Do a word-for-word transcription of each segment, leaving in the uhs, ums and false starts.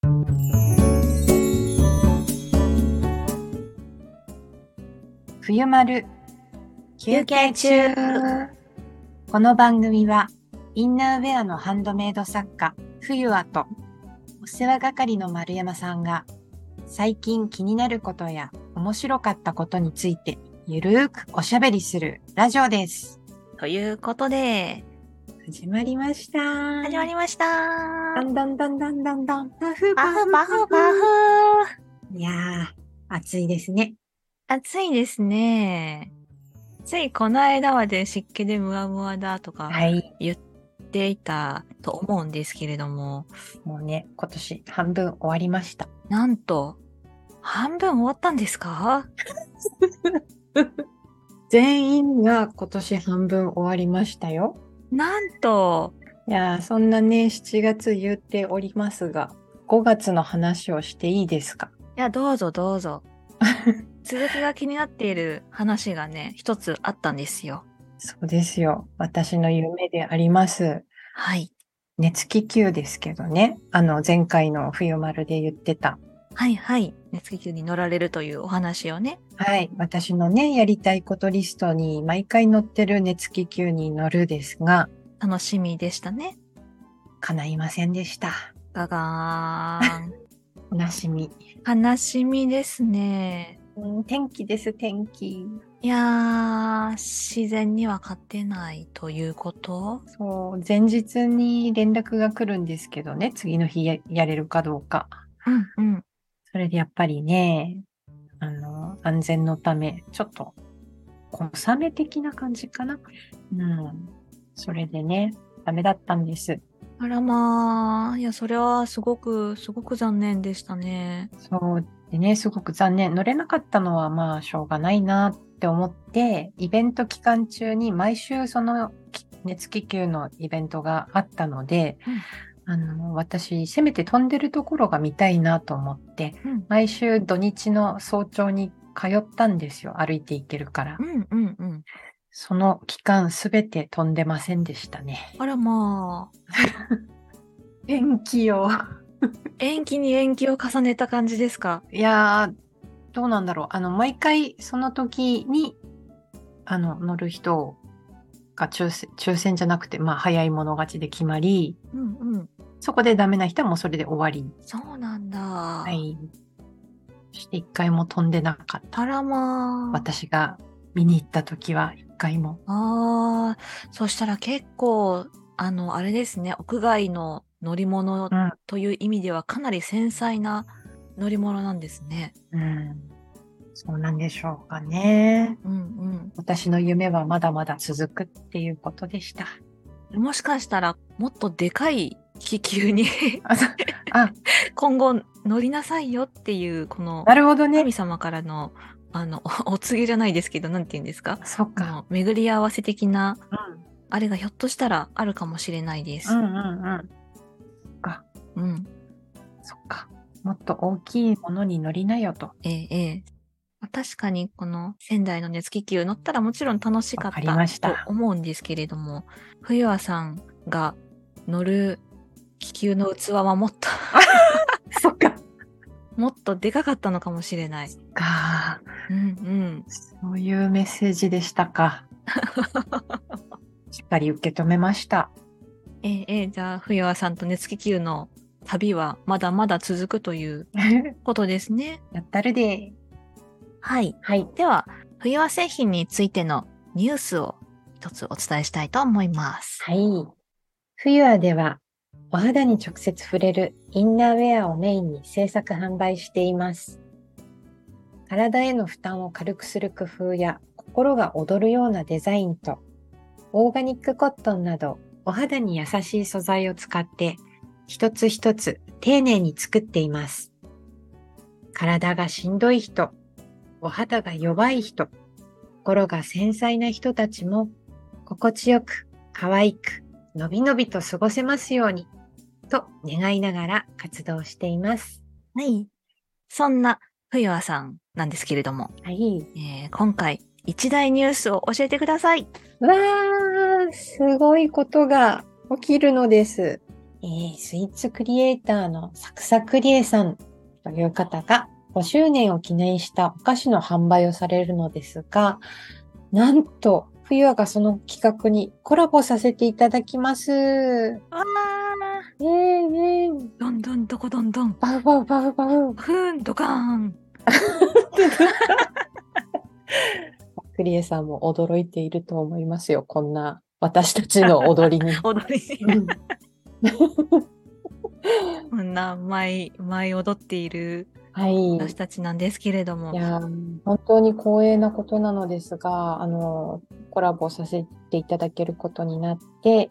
冬丸休憩中。 この番組はインナーウェアのハンドメイド作家冬和とお世話係の丸山さんが最近気になることや面白かったことについてゆるーくおしゃべりするラジオです。 ということで始まりました。 始まりました。 だんだんだんだんだんだんパフバフバフバフ。 いやー暑いですね。 暑いですね。ついこの間まで湿気でムワムワだとか言っていたと思うんですけれども、 はい、もうね今年半分終わりました。 なんと半分終わったんですか？ 全員が今年半分終わりましたよ。 なんと。 いやーそんなねしちがつ言っておりますが、ごがつの話をしていいですか？ いやどうぞどうぞ。続きが気になっている話がね一つあったんですよ。 そうですよ。私の夢であります。 はい。 熱気球ですけどね。あの前回の冬丸で言ってた。 はいはい。熱気球に乗られるというお話をね。 はい。私のねやりたいことリストに毎回載ってる熱気球に乗るですが、 楽しみでしたね。 叶いませんでした。 ガガーン。 悲しみ。 悲しみですね。 うん、天気です、天気。 いやー、自然には勝てないということ？ そう、前日に連絡が来るんですけどね、次の日 や, やれるかどうか。 うんうん。 それでやっぱりね、あの、安全のため、ちょっと、小雨的な感じかな。うん。それでね、ダメだったんです。 あらまー、いや、それはすごく、すごく残念でしたね。 そうでね、すごく残念。乗れなかったのはまあ、しょうがないなって思って、イベント期間中に毎週その熱気球のイベントがあったので、うん、あの、私、せめて飛んでるところが見たいなと思って、うん、毎週土日の早朝に通ったんですよ。歩いて行けるから。 うんうんうん。 その期間すべて飛んでませんでしたね。 あらまあ。延期よ。 延期に延期を重ねた感じですか？ いやー、どうなんだろう。あの、毎回その時に、あの、乗る人が抽選、抽選じゃなくて、まあ、早い者勝ちで決まり、 うんうん。 そこでダメな人はもうそれで終わり。 そうなんだ。 はい。そして一回も飛んでなかった。 あらまー。 私が見に行った時は一回も。 ああ、そしたら結構、あの、あれですね、屋外の乗り物という意味ではかなり繊細な乗り物なんですね。 うん。うん、そうなんでしょうかね。 うんうん。 私の夢はまだまだ続くっていうことでした。 もしかしたらもっとでかい気球にあ今後乗りなさいよっていうこのなるほどね。 神様からのあのお告げじゃないですけど、なんて言うんですか？ そっか。 巡り合わせ的な、 うん、 あれがひょっとしたらあるかもしれないです。 うんうんうん。そっか。 うん。 そっか。もっと大きいものに乗りなよと。 ええええ。確かにこの仙台の熱気球乗ったらもちろん楽しかったと思うんですけれども、冬和さんが乗る気球の器はもっとそっか。 もっとでかかったのかもしれない。 か、 うんうん。 そういうメッセージでしたか。しっかり受け止めました。 ええええ、じゃあ冬和さんと熱気球の旅はまだまだ続くということですね。 やったるで。 はい。 はい。 では、冬和製品についてのニュースを一つお伝えしたいと思います。 はい。冬和では、お肌に直接触れるインナーウェアをメインに製作販売しています。体への負担を軽くする工夫や心が躍るようなデザインと、オーガニックコットンなどお肌に優しい素材を使って一つ一つ丁寧に作っています。体がしんどい人、お肌が弱い人、心が繊細な人たちも心地よく可愛くのびのびと過ごせますようにと願いながら活動しています。 はい。そんな冬和さんなんですけれども、 はい。 えー、今回一大ニュースを教えてください。 わー、すごいことが起きるのです。 えー、スイーツクリエイターのサクサクリエさんという方がごしゅうねんを記念したお菓子の販売をされるのですが、なんと冬はがその企画にコラボさせていただきます。 わー、 えー、えー、 どんどんどこどんどん。 バウバウバウバウ。 ふーん、ドカーン。 クリエさんも驚いていると思いますよ。こんな私たちの踊りに。 踊りうんこんな舞い、舞い踊っているはい。 私たちなんですけれども。 いや、本当に光栄なことなのですが、あの、コラボさせていただけることになって、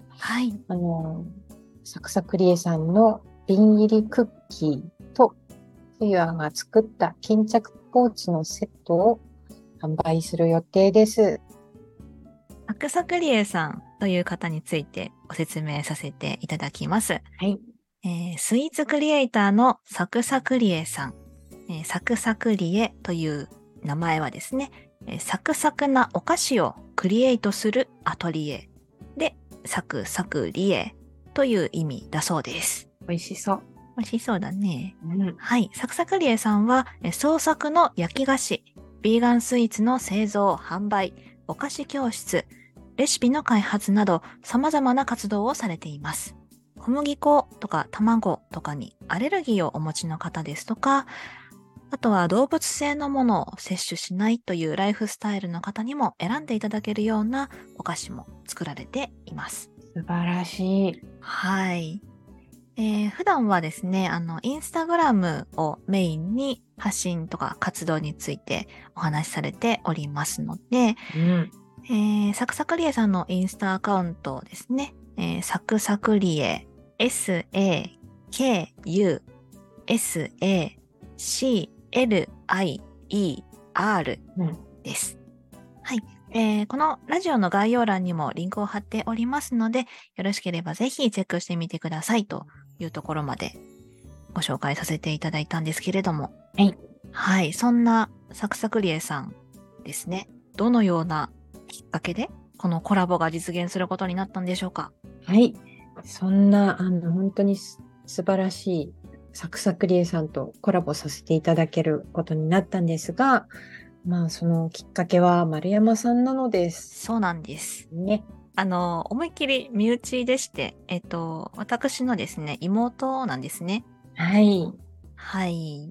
はい。 あの、サクサクリエさんの瓶入りクッキーと、冬あが作った巾着ポーチのセットを販売する予定です。 サクサクリエさんという方についてご説明させていただきます。 はい。 えー、スイーツクリエイターのサクサクリエさん。えー、サクサクリエという名前はですね、えー、サクサクなお菓子をクリエイトするアトリエで、サクサクリエという意味だそうです。 美味しそう。 美味しそうだね。 うん、 はい。サクサクリエさんは、えー創作の焼き菓子、ビーガンスイーツの製造、販売、お菓子教室、レシピの開発など様々な活動をされています。小麦粉とか卵とかにアレルギーをお持ちの方ですとか、あとは動物性のものを摂取しないというライフスタイルの方にも選んでいただけるようなお菓子も作られています。 素晴らしい。 はい。えー、普段はですね、あの、インスタグラムをメインに発信とか活動についてお話しされておりますので、 うん、 えー、サクサクリエさんのインスタアカウントですね、えー、サクサクリエ エスエーケーユーエスエーシーエルアイイーアール です。はい、えー。このラジオの概要欄にもリンクを貼っておりますので、よろしければぜひチェックしてみてくださいというところまでご紹介させていただいたんですけれども。 はい。 はい。そんなサクサクリエさんですね。どのようなきっかけでこのコラボが実現することになったんでしょうか？ はい。そんな、あの、本当に素晴らしいサクサクリエさんとコラボさせていただけることになったんですが、まあ、そのきっかけは丸山さんなのです。 そうなんです。 ね。 あの、思いっきり身内でして、えっと、私のですね、妹なんですね。 はい。 はい。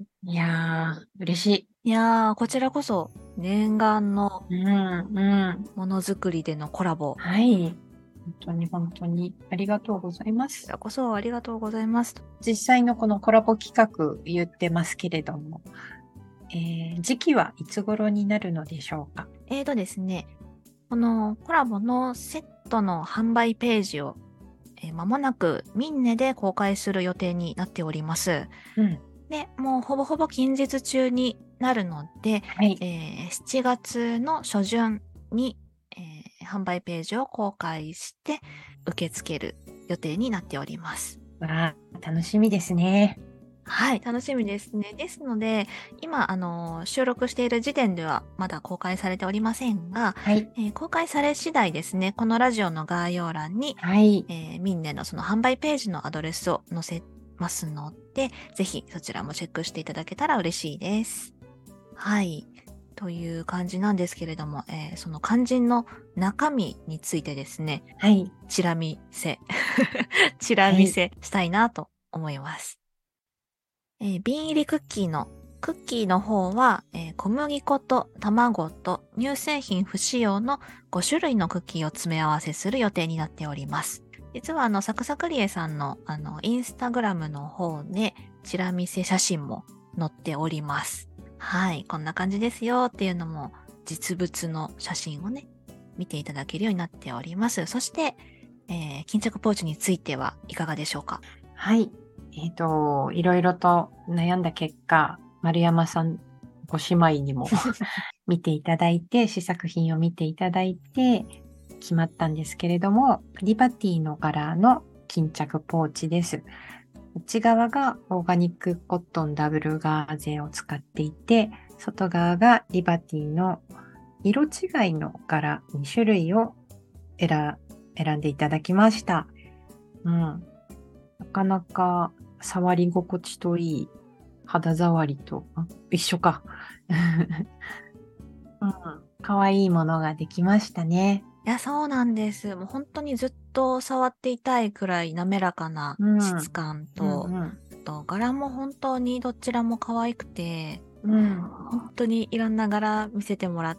いやー、嬉しい。 いやー、こちらこそ念願のうん、うん。 ものづくりでのコラボ。 はい。本当に本当にありがとうございまこちす。 らこそありがとうございます。 実際のこのコラボ企画言ってますけれども、えー、時期はいつ頃になるのでしょうか？ えーとですね、このコラボのセットの販売ページを、えー、間もなくミンネで公開する予定になっております。 うん。 で、もうほぼほぼ近日中になるので、 はい。 えー、しちがつの初旬に、えー、販売ページを公開して受け付ける予定になっております。 わあ、楽しみですね。 はい、楽しみですね。ですので、今、あの、収録している時点ではまだ公開されておりませんが、 はい。 えー公開され次第ですね、このラジオの概要欄に、 はい。 えーミンネのその販売ページのアドレスを載せますので、ぜひそちらもチェックしていただけたら嬉しいです。はい。という感じなんですけれども、えーその肝心の中身についてですね、 はい。 チラ見せ、チラ見せしたいなと思います。えー瓶入りクッキーのクッキーの方は、えー小麦粉と卵と乳製品不使用のご種類のクッキーを詰め合わせする予定になっております。実はあのサクサクリエさんのあのインスタグラムの方でチラ見せ写真も載っております。はい、こんな感じですよっていうのも実物の写真をね、見ていただけるようになっております。そして、えー巾着ポーチについてはいかがでしょうか？ はい。えっと、いろいろと悩んだ結果、丸山さんご姉妹にも見ていただいて、試作品を見ていただいて、決まったんですけれども、リバティの柄の巾着ポーチです。内側がオーガニックコットンダブルガーゼを使っていて、外側がリバティの色違いの柄に種類を選選んでいただきました。うん。 なかなか触り心地といい肌触りと、一緒か。うん、かわいいものができましたね。 いや、そうなんです。もう本当にずっと触っていたいくらい滑らかな質感と、 うんうん、 と柄も本当にどちらも可愛くて、 うん、 本当にいろんな柄見せてもらって、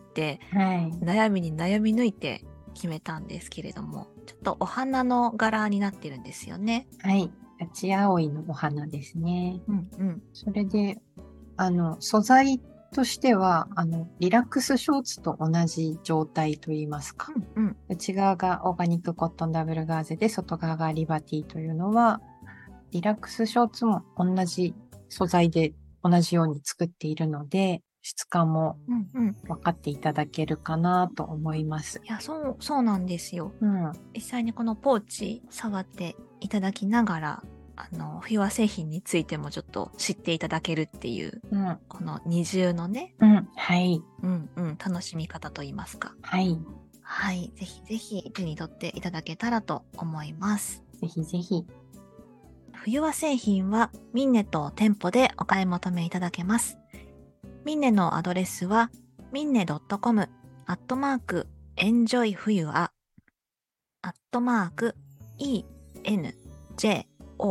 はい、 悩みに悩み抜いて決めたんですけれども、ちょっとお花の柄になってるんですよね。 はい。立ち葵のお花ですね。 うんうん。 それで、あの、素材としては、あの、リラックスショーツと同じ状態といいますか。 うんうん。 内側がオーガニックコットンダブルガーゼで、外側がリバティというのは、リラックスショーツも同じ素材で同じように作っているので、質感も分かっていただけるかなと思います。 いや、そう、そうなんですよ。 うん、 実際にこのポーチ触っていただきながら、あの、フィワ製品についてもちょっと知っていただけるっていう、 うん、 この二重のね、 うん、はい、 うんうん、楽しみ方といいますか。 はい。 はい、ぜひぜひ手に取っていただけたらと思います。 ぜひぜひ。 冬和製品はミンネと店舗でお買い求めいただけます。ミンネのアドレスはミンネ .com アットマークエンジョイ冬あアットマーク エンジョイ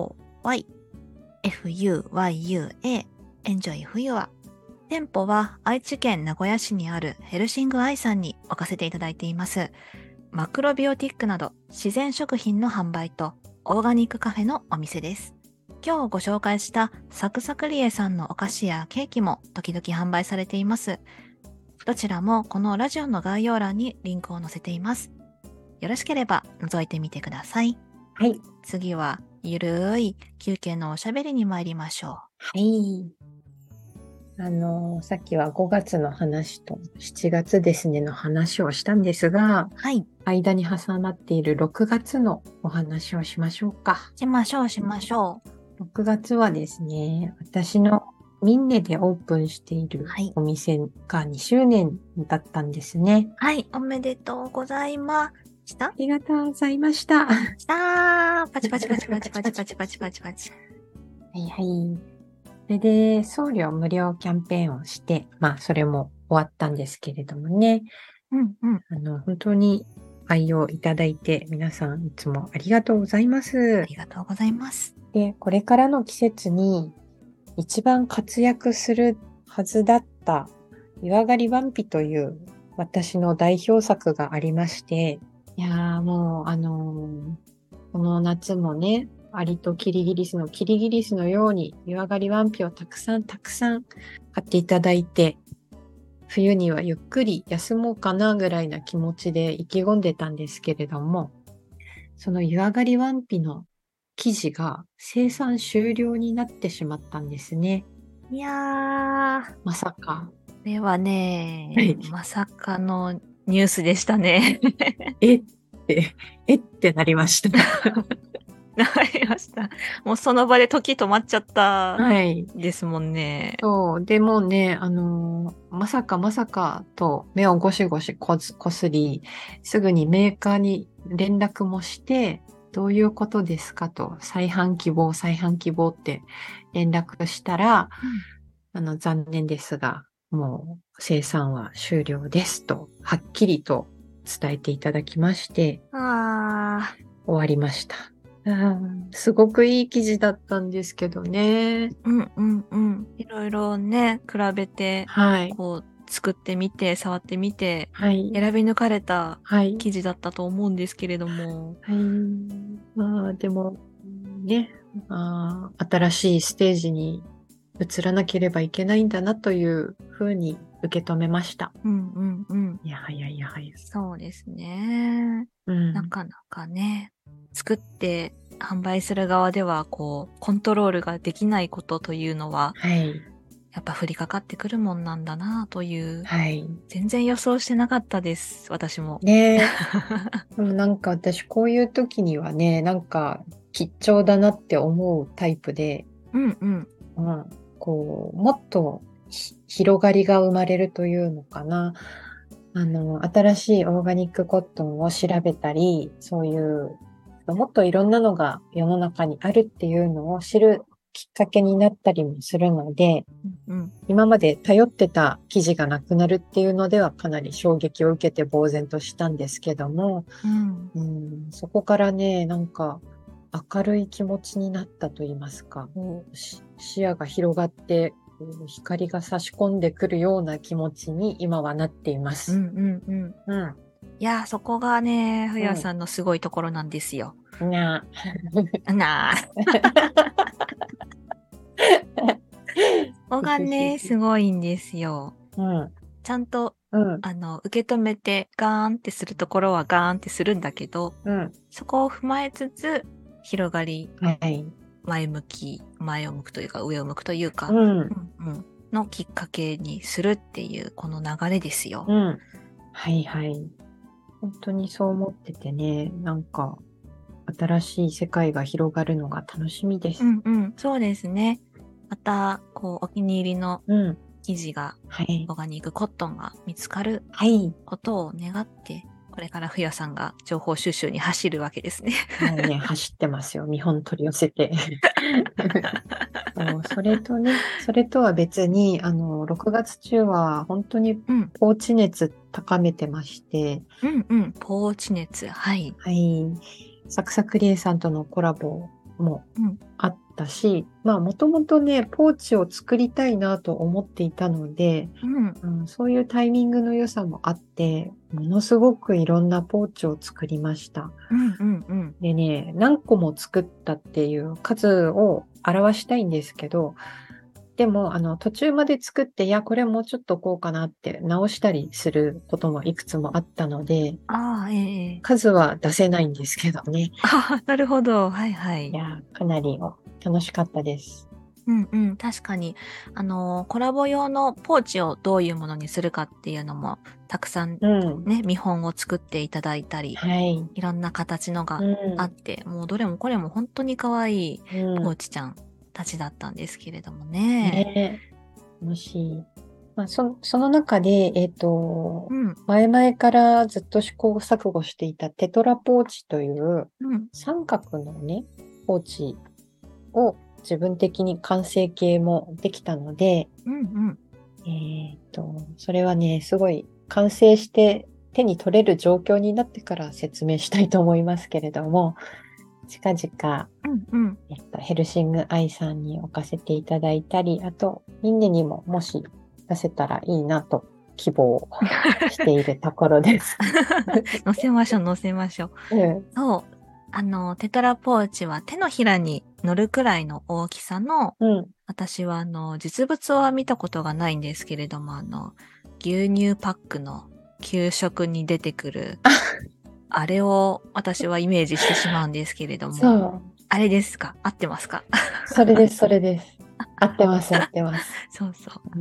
フユーユーエー エンジョイ冬あ。店舗は愛知県名古屋市にあるヘルシングアイさんに置かせていただいています。マクロビオティックなど自然食品の販売とオーガニックカフェのお店です。今日ご紹介したサクサクリエさんのお菓子やケーキも時々販売されています。どちらもこのラジオの概要欄にリンクを載せています。よろしければ覗いてみてください。 はい。 次はゆるい休憩のおしゃべりに参りましょう。 はい。あの、さっきはごがつの話としちがつですねの話をしたんですが、 はい。 間に挟まっているろくがつのお話をしましょうか。 しましょうしましょう。 ろくがつはですね、私のミンネでオープンしているお店がにしゅうねんだったんですね。 はい、おめでとうございました。 ありがとうございました。 したー。パチパチパチパチパチパチパチパチパチ。 はいはい。それで、送料無料キャンペーンをして、まあ、それも終わったんですけれどもね。 うんうん。 あの、本当に愛用いただいて、皆さんいつもありがとうございます。 ありがとうございます。 で、これからの季節に一番活躍するはずだった湯上がりワンピという私の代表作がありまして、いやーもうあのー、この夏もね、アリとキリギリスのキリギリスのように湯上がりワンピをたくさんたくさん買っていただいて、冬にはゆっくり休もうかなぐらいな気持ちで意気込んでたんですけれども、その湯上がりワンピの生地が生産終了になってしまったんですね。 いやー。 まさか。 これはね、まさかのニュースでしたね。 えって、えってなりました。 なりました。もうその場で時止まっちゃったはい。 ですもんね。 そう。でもね、あのー、まさかまさかと目をゴシゴシこすこすり、すぐにメーカーに連絡もして、どういうことですかと、再販希望、再販希望って連絡したら、うん、あの、残念ですが、もう生産は終了ですと、はっきりと伝えていただきまして、 あ終わりました。あ、すごくいい生地だったんですけどね。 うんうんうん。いろいろね、比べて、 はい。 こう、作ってみて、触ってみて、 はい、 選び抜かれた生地だったと思うんですけれども。 はい。まあ、でも、ね、あ、新しいステージに移らなければいけないんだなというふうに受け止めました。 うんうんうん。 いやはやいやはや。 そうですね。 うん、 なかなかね、作って販売する側では、こう、コントロールができないことというのは、 はい。 やっぱ降りかかってくるもんなんだなという。 はい。 全然予想してなかったです、私も。 ねえ。でもなんか私こういう時にはね、なんか吉兆だなって思うタイプで、 うんうん。 うん、こう、もっと広がりが生まれるというのかな。あの、新しいオーガニックコットンを調べたり、そういうもっといろんなのが世の中にあるっていうのを知るきっかけになったりもするので、 うんうん、 今まで頼ってた記事がなくなるっていうのではかなり衝撃を受けて呆然としたんですけども、 うんうん、そこからね、なんか明るい気持ちになったと言いますか、視野が広がって光が差し込んでくるような気持ちに今はなっています。 うんうんうんうん、いやそこがね冬さんのすごいところなんですよ。 なあなあそこがねすごいんですよ。うん、ちゃんと、うん、あの受け止めてガーンってするところはガーンってするんだけど、うん、そこを踏まえつつ広がり、はい、前向き前を向くというか上を向くというか、うんうんうん、のきっかけにするっていうこの流れですよ。うん、 はいはい。本当にそう思っててね、なんか新しい世界が広がるのが楽しみです。 うんうん、そうですね。またこうお気に入りの生地が、うんはい、オーガニックコットンが見つかることを願って、はい、これから冬さんが情報収集に走るわけですね。 もうね、走ってますよ。見本取り寄せて。そうそれとね、それとは別に、あの、ろくがつ中は本当にポーチ熱高めてまして。 うんうん、ポーチ熱、はい。 はい。サクサクリエさんとのコラボもあったし、うん、まあもともとね、ポーチを作りたいなと思っていたので、うんうん、そういうタイミングの良さもあって、ものすごくいろんなポーチを作りました。うんうんうん、でね、何個も作ったっていう数を表したいんですけど、でも、あの、途中まで作って、いや、これもうちょっとこうかなって直したりすることもいくつもあったので、あえー、数は出せないんですけどね。 あなるほど。はいはい。 いや、かなり楽しかったです。 うんうん、確かに、あの、コラボ用のポーチをどういうものにするかっていうのも、たくさんね、うん、見本を作っていただいたり、はい、いろんな形のがあって、うん、もうどれもこれも本当に可愛いポーチちゃんたちだったんですけれどもね。 ね楽しい。まあ、そ, その中で、えっと、うん、前々からずっと試行錯誤していたテトラポーチという、三角のね、ポーチを自分的に完成形もできたので、うんうん、えっと、それはね、すごい完成して手に取れる状況になってから説明したいと思いますけれども、近々、うんうんえっと、ヘルシングアイさんに置かせていただいたり、あと、ミンネにももし出せたらいいなと希望しているところです。 載せましょう、載せましょう。うん、そう。あの、テトラポーチは手のひらに乗るくらいの大きさの、うん、私はあの、実物は見たことがないんですけれども、あの、牛乳パックの給食に出てくる、あれを私はイメージしてしまうんですけれども、そうあれですか？合ってますか？ それです、それです。合ってます、合ってます。 そうそう、 うん。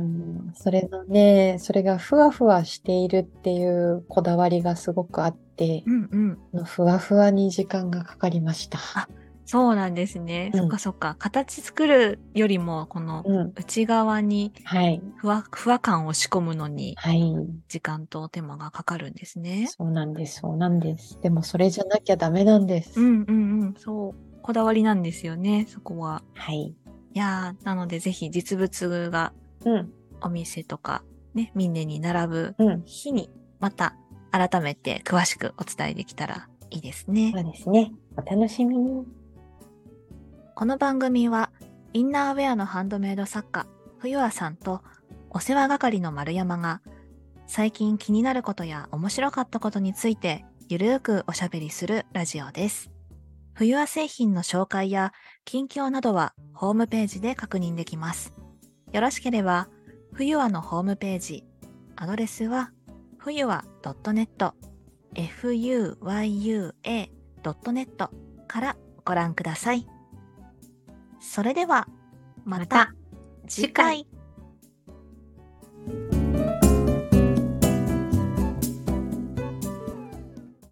それのね、それがふわふわしているっていうこだわりがすごくあって、うんうん、ふわふわに時間がかかりました。 あ、そうなんですね。うん、そっかそっか。形作るよりも、この内側にふわ、うんはい、ふわ感を仕込むのに、時間と手間がかかるんですね、はい。 そうなんです、そうなんです。でもそれじゃなきゃダメなんです。 うんうんうん、そう。こだわりなんですよね、そこは。はい。いやー、なのでぜひ実物がお店とか、ね、ミンネに並ぶ日に、また改めて詳しくお伝えできたらいいですね。 そうですね。お楽しみに。 この番組は、インナーウェアのハンドメイド作家、冬和さんと、お世話係の丸山が、最近気になることや面白かったことについて、ゆるーくおしゃべりするラジオです。冬和製品の紹介や近況などはホームページで確認できます。よろしければ、冬和のホームページ、アドレスは、冬和 ドットネット、エフユーワイユーエー ドットネット からご覧ください。それでは、また次回。